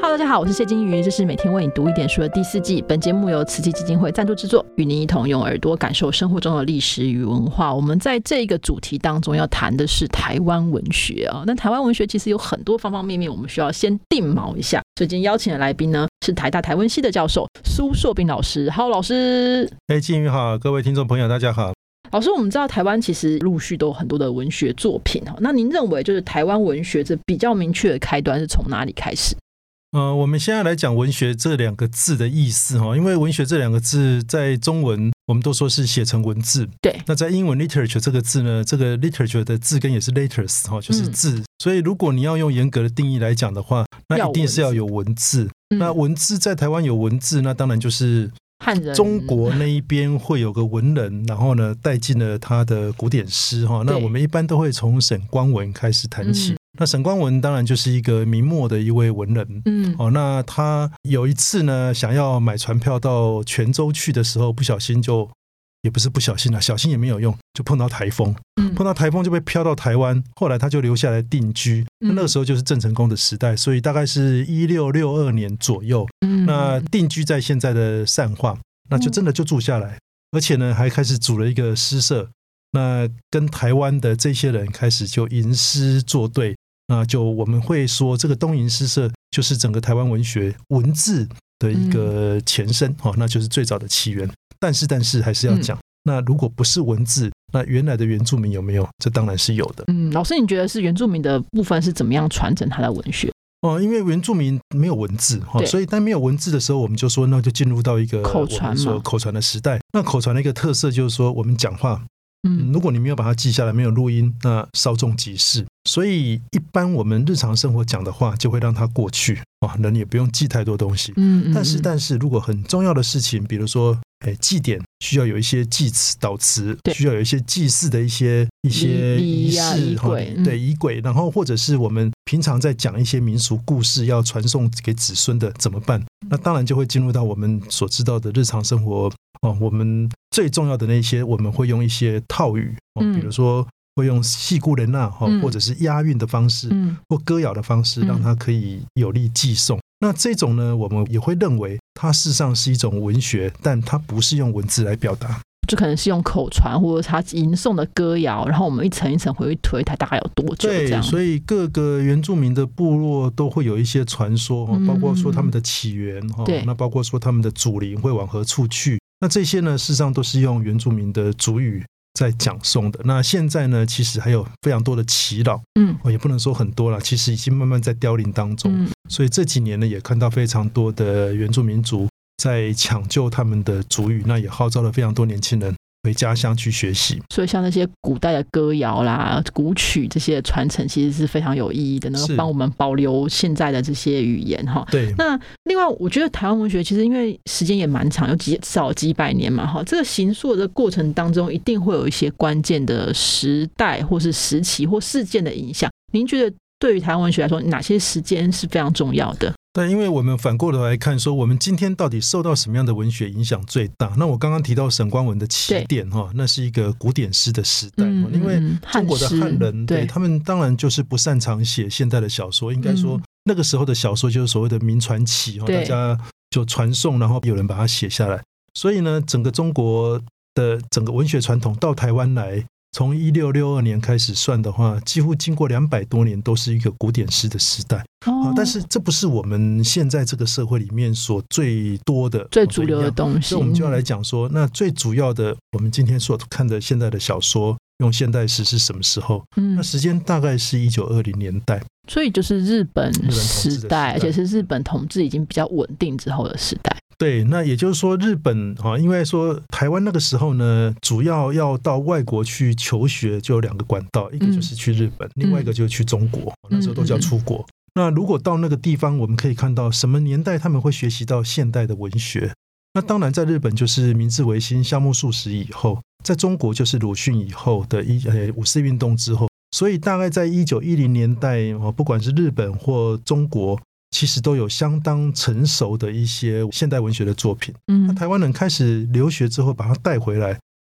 Hello， 大家好，我是谢金鱼，这是每天为你读一点书的第4季。本节目由慈济基金会赞助制作，与您一同用耳朵感受生活中的历史与文化。我们在这个主题当中要谈的是台湾文学啊。那台湾文学其实有很多方方面面，我们需要先定锚一下。所以今天邀请的来宾呢，是台大台文系的教授苏硕斌老师。Hello， 老师。 金鱼好，各位听众朋友大家好。 老师，我们知道台湾其实陆续都有很多的文学作品，那您认为就是台湾文学这比较明确的开端是从哪里开始？ 我们现在来讲文学这2个字的意思，因为文学这2个字在中文我们都说是写成文字， 对。 那在英文 literature 这个字呢，这个 literature 的字根也是 letters， 就是字，所以如果你要用严格的定义来讲的话，那一定是要有文字。那文字在台湾有文字，那当然就是汉人中国那一边会有个文人，然后呢带进了他的古典诗，那我们一般都会从沈光文开始谈起。那沈光文当然就是一个明末的一位文人，那他有一次呢想要买船票到泉州去的时候，不小心就也不是不小心啦，小心也没有用，就碰到台风，碰到台风就被飘到台湾，后来他就留下来定居。那个时候就是郑成功的时代，所以大概是1662年左右，那定居在现在的善化，那就真的就住下来，而且呢还开始组了一个诗社，那跟台湾的这些人开始就吟诗作对，那就我们会说这个东吟诗社就是整个台湾文学文字的一个前身，那就是最早的起源。但是还是要讲，那如果不是文字，那原来的原住民有没有？这当然是有的。 老师，你觉得是原住民的部分是怎么样传承他的文学？ 因为原住民没有文字，所以当没有文字的时候，我们就说那就进入到一个口传嘛， 我们说口传的时代。那口传的一个特色就是说，我们讲话，如果你没有把它记下来，没有录音，那稍纵即逝。所以一般我们日常生活讲的话就会让它过去，人也不用记太多东西。但是如果很重要的事情，比如说祭典需要有一些祭词祷词，需要有一些祭祀的一些仪式，对，仪轨，然后或者是我们平常在讲一些民俗故事要传送给子孙的怎么办？那当然就会进入到我们所知道的日常生活，我们最重要的那些我们会用一些套语，比如说会用戏姑人呐，或者是押韵的方式，或歌谣的方式，让它可以有力寄送。那这种呢，我们也会认为它事实上是一种文学，但它不是用文字来表达， 就可能是用口传或者他吟诵的歌谣，然后我们一层一层回去推它大概有多久这样。 对，所以各个原住民的部落都会有一些传说，包括说他们的起源，那包括说他们的祖灵会往何处去，那这些呢事实上都是用原住民的族语在讲诵的。那现在呢其实还有非常多的耆老，也不能说很多啦，其实已经慢慢在凋零当中，所以这几年呢也看到非常多的原住民族在抢救他们的族语，那也号召了非常多年轻人回家乡去学习。 所以像那些古代的歌谣啦、古曲这些传承其实是非常有意义的，能够帮我们保留现在的这些语言。 对。 那另外我觉得台湾文学其实因为时间也蛮长，有至少几百年嘛，这个形塑的过程当中一定会有一些关键的时代或是时期或事件的影响。您觉得对于台湾文学来说哪些时间是非常重要的？ 对，因为我们反过头来看说我们今天到底受到什么样的文学影响最大。那我刚刚提到沈光文的起点，那是一个古典诗的时代，因为中国的汉人，对，他们当然就是不擅长写现代的小说，应该说那个时候的小说就是所谓的民传奇，大家就传颂，然后有人把它写下来。所以呢整个中国的整个文学传统到台湾来，从1662年开始算的话，几乎经过200多年都是一个古典诗的时代，但是这不是我们现在这个社会里面所最多的最主流的东西。 所以我们就要来讲说，那最主要的我们今天所看的现代的小说用现代诗是什么时候？那时间大概是1920年代， 所以就是日本时代，而且是日本统治已经比较稳定之后的时代。 对，那也就是说日本，因为说台湾那个时候呢主要要到外国去求学就有2个管道，一个就是去日本，另外一个就是去中国，那时候都叫出国。那如果到那个地方，我们可以看到什么年代他们会学习到现代的文学。那当然在日本就是明治维新夏目漱石以后，在中国就是鲁迅以后的五四运动之后，所以大概在1910年代，不管是日本或中国其实都有相当成熟的一些现代文学的作品。那台湾人开始留学之后把它带回来，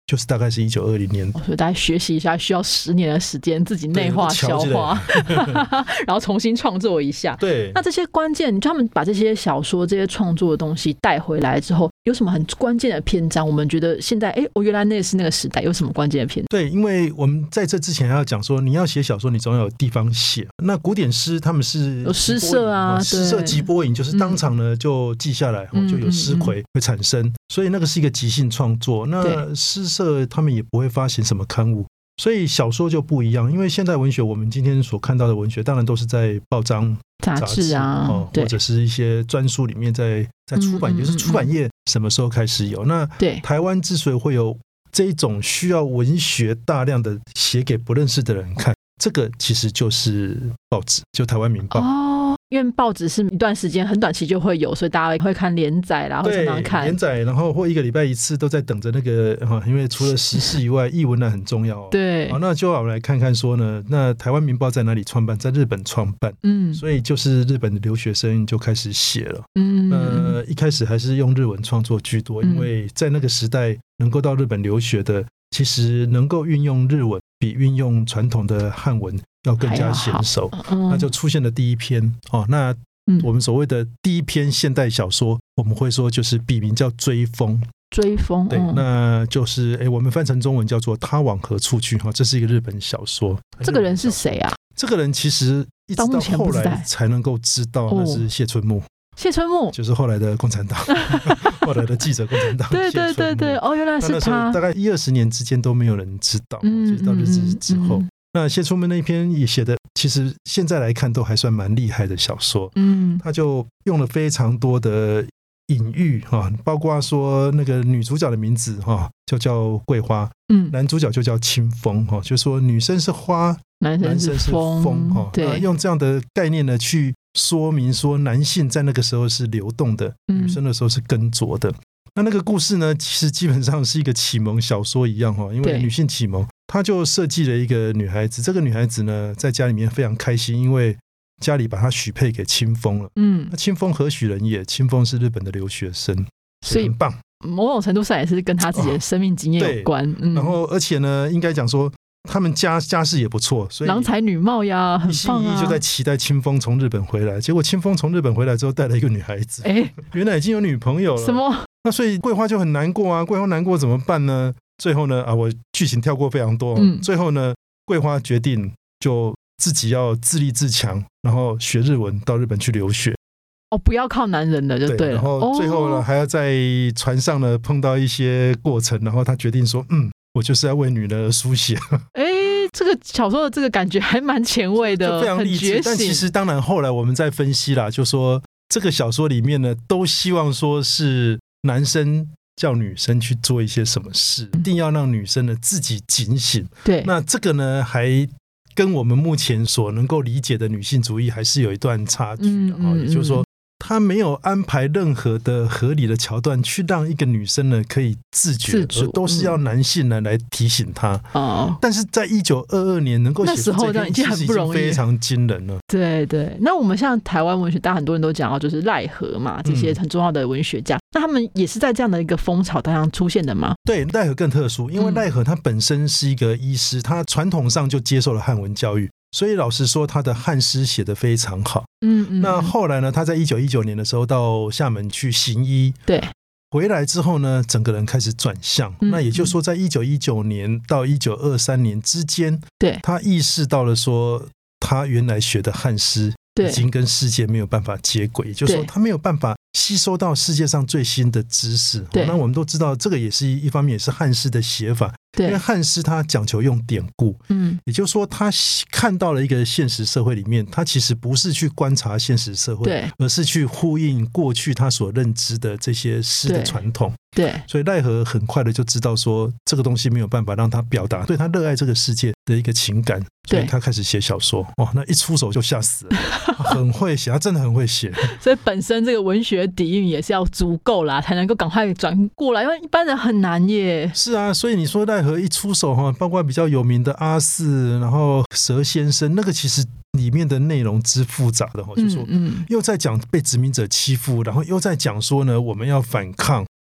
就是大概是1920年， 所以大家学习一下，需要10年的时间自己内化消化然后重新创作一下。 对， 那这些关键他们把这些小说这些创作的东西带回来之后，有什么很关键的篇章我们觉得现在原来那是那个时代有什么关键的篇章？ 对，因为我们在这之前还要讲说，你要写小说你总要有地方写，那古典诗他们是有诗社啊， 诗社即播引，就是当场呢就记下来，就有诗魁会产生，所以那个是一个即兴创作。那诗社他们也不会发行什么刊物，所以小说就不一样。因为现代文学我们今天所看到的文学当然都是在报章杂志啊， 或者是一些专书里面在出版，也就是出版业什么时候开始有。那台湾之所以会有这一种需要文学大量的写给不认识的人看，这个其实就是报纸，就台湾民报。 因为报纸是一段时间很短期就会有，所以大家会看连载啦，会常常看连载，然后或1个礼拜1次都在等着那个，因为除了时事以外，译文栏很重要。 对， 那就我们来看看说呢，那台湾民报在哪里创办？在日本创办，所以就是日本的留学生就开始写了。一开始还是用日文创作居多，因为在那个时代能够到日本留学的，其实能够运用日文比运用传统的汉文要更加娴熟，那就出现了第一篇那我们所谓的第一篇现代小说，我们会说就是笔名叫追风。 追风， 对，那就是我们翻成中文叫做他往何处去，这是一个日本小说。 这个人是谁啊？ 这个人其实一直到后来才能够知道，那是谢春木。谢春木就是后来的共产党后来的记者共产党对对对对，原来是他。 大概10-20年之间都没有人知道，直到日治之后。那谢春木那篇也写的其实现在来看都还算蛮厉害的小说。他就用了非常多的隐喻包括说那个女主角的名字就叫桂花，男主角就叫清风就是说女生是花，男生是风对，用这样的概念呢去说明说男性在那个时候是流动的，女生的时候是耕着的。那个故事呢其实基本上是一个启蒙小说一样因为女性启蒙，他就设计了一个女孩子，这个女孩子呢在家里面非常开心，因为家里把她许配给清风了。那清风何许人也？清风是日本的留学生，所以很棒， 某种程度上也是跟他自己的生命经验有关。 然后而且呢应该讲说他们家世也不错，所以郎才女貌呀，很棒啊， 一心一意就在期待清风从日本回来。结果清风从日本回来之后带了一个女孩子，原来已经有女朋友了。 什么？ 那所以桂花就很难过啊，桂花难过怎么办呢？最后呢我剧情跳过非常多，最后呢桂花决定就自己要自立自强，然后学日文到日本去留学。 不要靠男人了就对了。 然后最后呢还要在船上呢碰到一些过程，然后他决定说我就是要为女人而书写。 这个小说的这个感觉还蛮前卫的， 非常励志。但其实当然后来我们在分析啦，就说这个小说里面呢都希望说是男生叫女生去做一些什么事，一定要让女生呢自己警醒。 对， 那这个呢还跟我们目前所能够理解的女性主义还是有一段差距的。也就是说他没有安排任何的合理的桥段去让一个女生呢可以自觉，而都是要男性呢来提醒她。但是在1922年能够写出这篇， 已经很不容易， 非常惊人了。 对对，那我们像台湾文学，大家很多人都讲到就是赖和嘛，这些很重要的文学家，那他们也是在这样的一个风潮当中出现的吗？ 对，赖和更特殊，因为赖和他本身是一个医师，他传统上就接受了汉文教育，所以老实说他的汉诗写得非常好。那后来呢他在1919年的时候到厦门去行医， 对， 回来之后呢整个人开始转向。那也就是说在1919年到1923年之间，对，他意识到了说他原来学的汉诗已经跟世界没有办法接轨，也就是说他没有办法吸收到世界上最新的知识。那我们都知道这个也是一方面也是汉诗的写法，因为汉诗它讲求用典故，也就是说他看到了一个现实社会里面，他其实不是去观察现实社会，而是去呼应过去他所认知的这些诗的传统。对，所以赖和很快的就知道说这个东西没有办法让他表达对他热爱这个世界的一个情感，所以他开始写小说。那一出手就吓死了很会写，他真的很会写。 所以本身这个文学底蕴也是要足够啦，才能够赶快转过来，因为一般人很难耶。 是啊，所以你说赖和一出手包括比较有名的阿四，然后蛇先生，那个其实里面的内容之复杂的，就是说又在讲被殖民者欺负，然后又在讲说呢我们要反抗，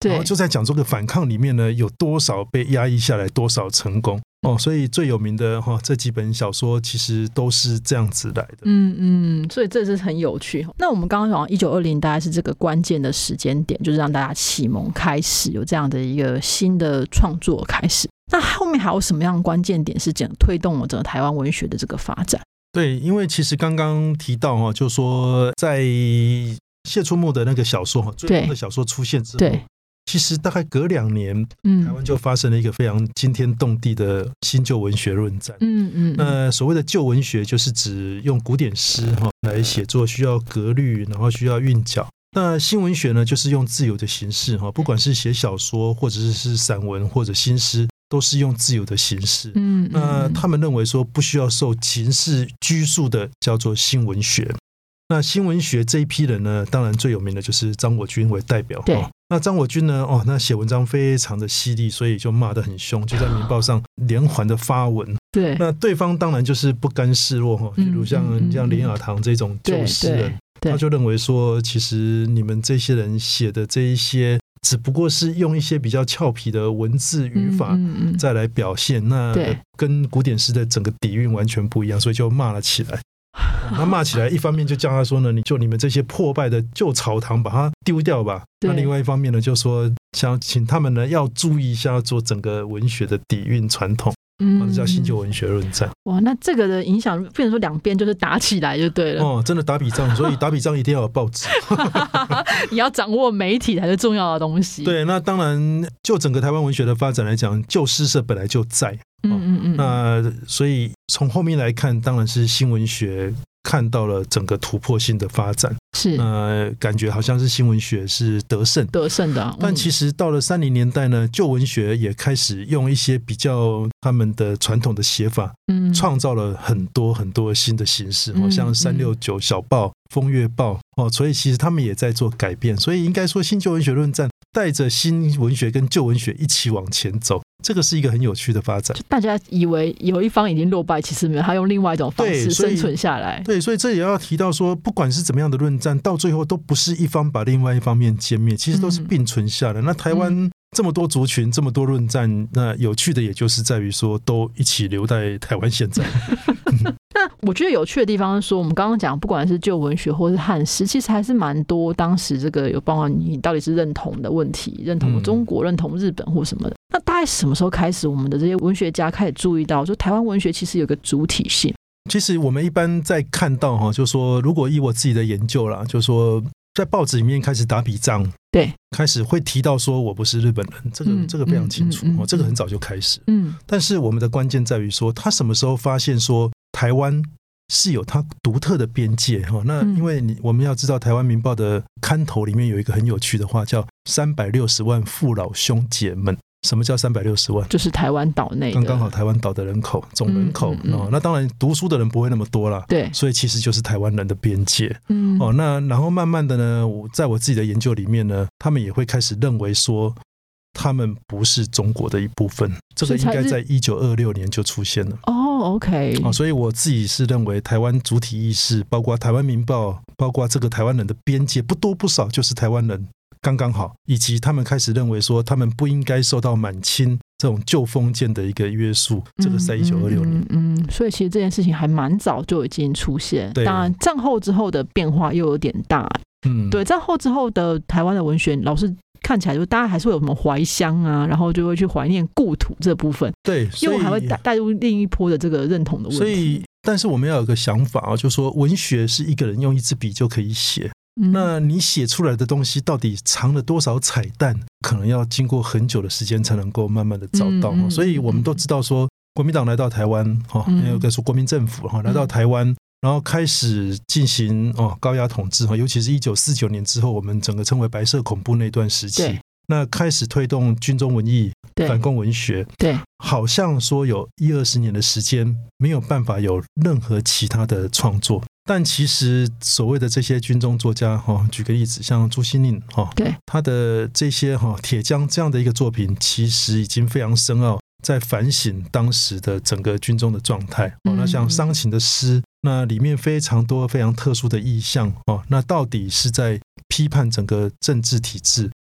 然后就在讲这个反抗里面呢，有多少被压抑下来，多少成功。所以最有名的这几本小说其实都是这样子来的。 所以这是很有趣。那我们刚刚讲1920大概是这个关键的时间点，就是让大家启蒙开始有这样的一个新的创作开始。那后面还有什么样的关键点是推动了整个台湾文学的这个发展？ 对，因为其实刚刚提到就说在谢出没的那个小说最后的小说出现之后，其实大概隔2年，台湾就发生了一个非常惊天动地的新旧文学论战。所谓的旧文学就是指用古典诗来写作，需要格律，然后需要韵脚。那新文学呢，就是用自由的形式，不管是写小说或者是散文或者新诗，都是用自由的形式。那他们认为说不需要受形式拘束的叫做新文学。那新文学这一批人呢，当然最有名的就是张我军为代表。那张我军呢，那写文章非常的犀利，所以就骂得很凶，就在民报上连环的发文。那对方当然就是不甘示弱，比如像连雅堂这种旧诗人，他就认为说，其实你们这些人写的这一些只不过是用一些比较俏皮的文字语法再来表现，那跟古典诗的整个底蕴完全不一样，所以就骂了起来。他骂起来，一方面就叫他说呢，你们这些破败的旧朝堂把它丢掉吧。那另外一方面呢，就说想请他们呢要注意一下做整个文学的底蕴传统。这叫新旧文学论战。 哇，那这个的影响变成说两边就是打起来就对了。 真的打笔仗，所以打笔仗一定要有报纸。 你要掌握媒体才是重要的东西。 对，那当然就整个台湾文学的发展来讲，旧诗社本来就在。那所以从后面来看，当然是新文学看到了整个突破性的发展， 是感觉好像是新文学是得胜的，但其实到了30年代呢，旧文学也开始用一些比较他们的传统的写法，创造了很多很多新的形式，像369小报、风月报，所以其实他们也在做改变，所以应该说新旧文学论战带着新文学跟旧文学一起往前走，这个是一个很有趣的发展。 大家以为有一方已经落败，其实没有，他用另外一种方式生存下来。 对，所以这也要提到说，不管是怎么样的论战，到最后都不是一方把另外一方面歼灭，其实都是并存下来。那台湾这么多族群，这么多论战，那有趣的也就是在于说，都一起留在台湾现在。 那我觉得有趣的地方是说，我们刚刚讲不管是旧文学或是汉诗，其实还是蛮多当时这个有包括你到底是认同的问题，认同中国、认同日本或什么的。那大概什么时候开始我们的这些文学家开始注意到说台湾文学其实有个主体性？ 其实我们一般在看到就说如果以我自己的研究啦，就说在报纸里面开始打笔仗， 对， 开始会提到说我不是日本人，这个非常清楚，这个很早就开始。但是我们的关键在于说他什么时候发现说台湾是有它独特的边界。那因为我们要知道台湾民报的刊头里面有一个很有趣的话叫360万父老兄姐们。什么叫360万？ 就是台湾岛内的刚好台湾岛的人口总人口。那当然读书的人不会那么多啦， 对， 所以其实就是台湾人的边界。那然后慢慢的呢，在我自己的研究里面呢，他们也会开始认为说他们不是中国的一部分，这个应该在1926年就出现了。 OK。 所以我自己是认为台湾主体意识，包括台湾民报，包括这个台湾人的边界不多不少就是台湾人刚刚好，以及他们开始认为说他们不应该受到满清这种旧封建的一个约束，这个是在1926年。 所以其实这件事情还蛮早就已经出现。当然战后之后的变化又有点大。对，战后之后的台湾的文学老师看起来就大家还是会有什么怀乡啊，然后就会去怀念故土这部分。 对， 因为还会带入另一波的这个认同的问题。 所以但是我们要有个想法，就是说文学是一个人用一支笔就可以写，那你写出来的东西到底藏了多少彩蛋，可能要经过很久的时间才能够慢慢的找到。所以我们都知道说国民党来到台湾，有个说国民政府来到台湾，然后开始进行高压统治，尤其是1949年之后，我们整个称为白色恐怖那段时期，那开始推动军中文艺、反共文学。对，好像说有10-20年的时间没有办法有任何其他的创作。但其实所谓的这些军中作家，举个例子，像朱西甯，他的这些铁匠这样的一个作品，其实已经非常深奥，在反省当时的整个军中的状态。那像伤情的诗，那里面非常多非常特殊的意象，那到底是在批判整个政治体制，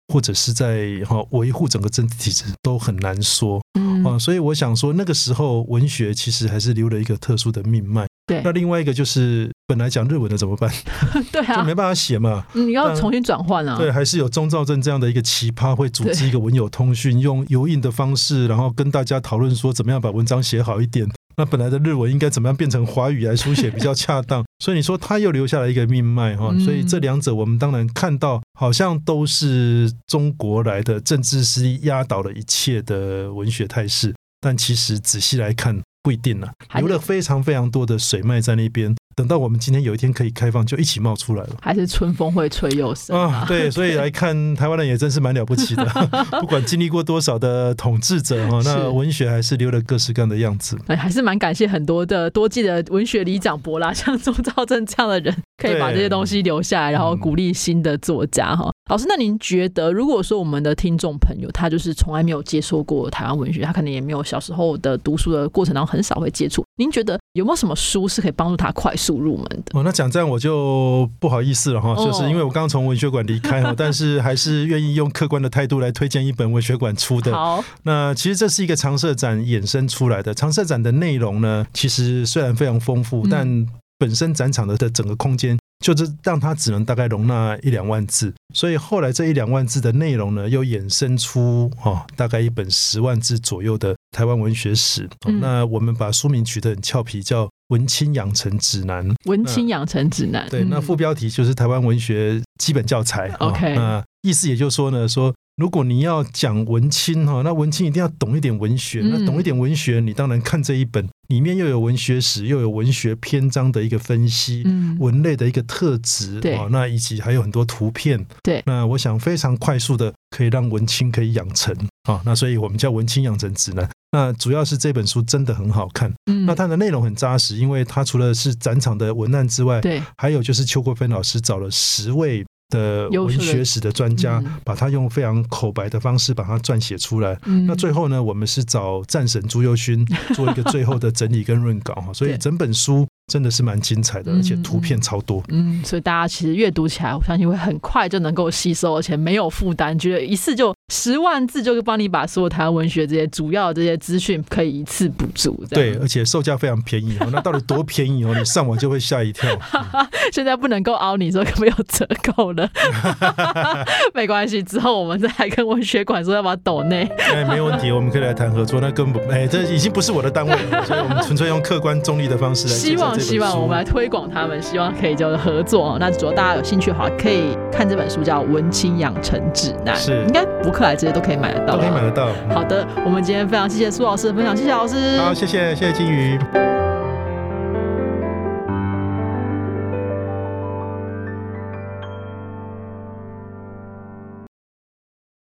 或者是在维护整个政治体制都很难说。所以我想说那个时候文学其实还是留了一个特殊的命脉。 对， 那另外一个就是本来讲日文的怎么办？ 对啊， 就没办法写嘛， 你要重新转换啊。 对，还是有钟肇政这样的一个奇葩会组织一个文友通讯，用油印的方式，然后跟大家讨论说怎么样把文章写好一点。那本来的日文应该怎么样变成华语来书写比较恰当？所以你说他又留下了一个命脉所以这两者我们当然看到好像都是中国来的政治势力压倒了一切的文学态势，但其实仔细来看不一定留了非常非常多的水脉在那边，等到我们今天有一天可以开放就一起冒出来了。 还是春风会吹又生对，所以来看台湾人也真是蛮了不起的不管经历过多少的统治者那文学还是留了各式各样的样子。 还是蛮感谢很多的多届的文学里长伯啦，像钟肇政这样的人可以把这些东西留下来，然后鼓励新的作家老师，那您觉得如果说我们的听众朋友他就是从来没有接受过台湾文学，他可能也没有小时候的读书的过程当中很少会接触，您觉得有没有什么书是可以帮助他快速入门的？ 那讲这样我就不好意思了就是因为我刚从文学馆离开但是还是愿意用客观的态度来推荐一本文学馆出的。 好， 那其实这是一个常设展衍生出来的，常设展的内容呢其实虽然非常丰富但本身展场的整个空间就是让它只能大概容纳1-2万字，所以后来这1-2万字的内容呢又衍生出大概一本10万字左右的台湾文学史那我们把书名取得很俏皮，叫文青养成指南。 文青养成指南， 对，那副标题就是台湾文学基本教材。 OK， 那意思也就是说呢，说如果你要讲文青那文青一定要懂一点文学，那懂一点文学你当然看这一本，里面又有文学史又有文学篇章的一个分析，文类的一个特质那以及还有很多图片。 对， 那我想非常快速的可以让文青可以养成那所以我们叫文青养成指南。那主要是这本书真的很好看，那它的内容很扎实，因为它除了是展场的文案之外， 对， 还有就是邱国芬老师找了10位的文学史的专家，把它用非常口白的方式把它撰写出来。那最后呢，我们是找战神朱佑勋做一个最后的整理跟润稿所以整本书真的是蛮精彩的，而且图片超多。 所以大家其实阅读起来我相信会很快就能够吸收，而且没有负担，觉得一次就10万字就帮你把所有台湾文学这些主要的这些资讯可以一次补足。 对，而且售价非常便宜那到底多便宜你上网就会吓一跳现在不能够凹你说可不可以有折扣了没关系，之后我们再来跟文学馆说要不要抖内没问题，我们可以来谈合作。那根本这已经不是我的单位了所以我们纯粹用客观中立的方式来介绍这本书。 希望我们来推广他们，希望可以就是合作那如果大家有兴趣的话可以看这本书叫《文青养成指南》，是应该博客来这些都可以买得到， 都可以买得到。 好的，我们今天非常谢谢苏老师的分享，谢谢老师。 好，谢谢金鱼。